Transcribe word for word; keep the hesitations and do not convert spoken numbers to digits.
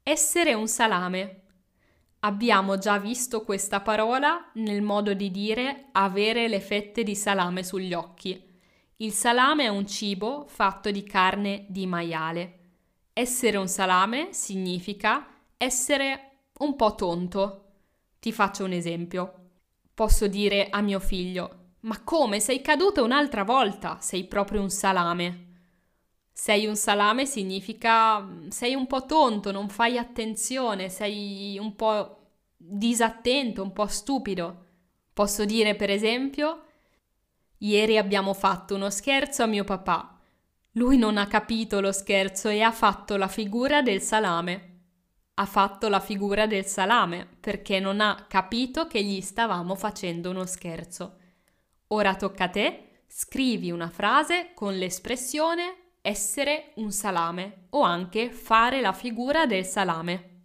Essere un salame. Abbiamo già visto questa parola nel modo di dire avere le fette di salame sugli occhi. Il salame è un cibo fatto di carne di maiale. Essere un salame significa essere un po' tonto. Ti faccio un esempio. Posso dire a mio figlio: ma come, sei caduto un'altra volta? Sei proprio un salame. Sei un salame significa sei un po' tonto, non fai attenzione, sei un po' disattento, un po' stupido. Posso dire, per esempio, ieri abbiamo fatto uno scherzo a mio papà. Lui non ha capito lo scherzo e ha fatto la figura del salame. Ha fatto la figura del salame perché non ha capito che gli stavamo facendo uno scherzo. Ora tocca a te, scrivi una frase con l'espressione essere un salame o anche fare la figura del salame.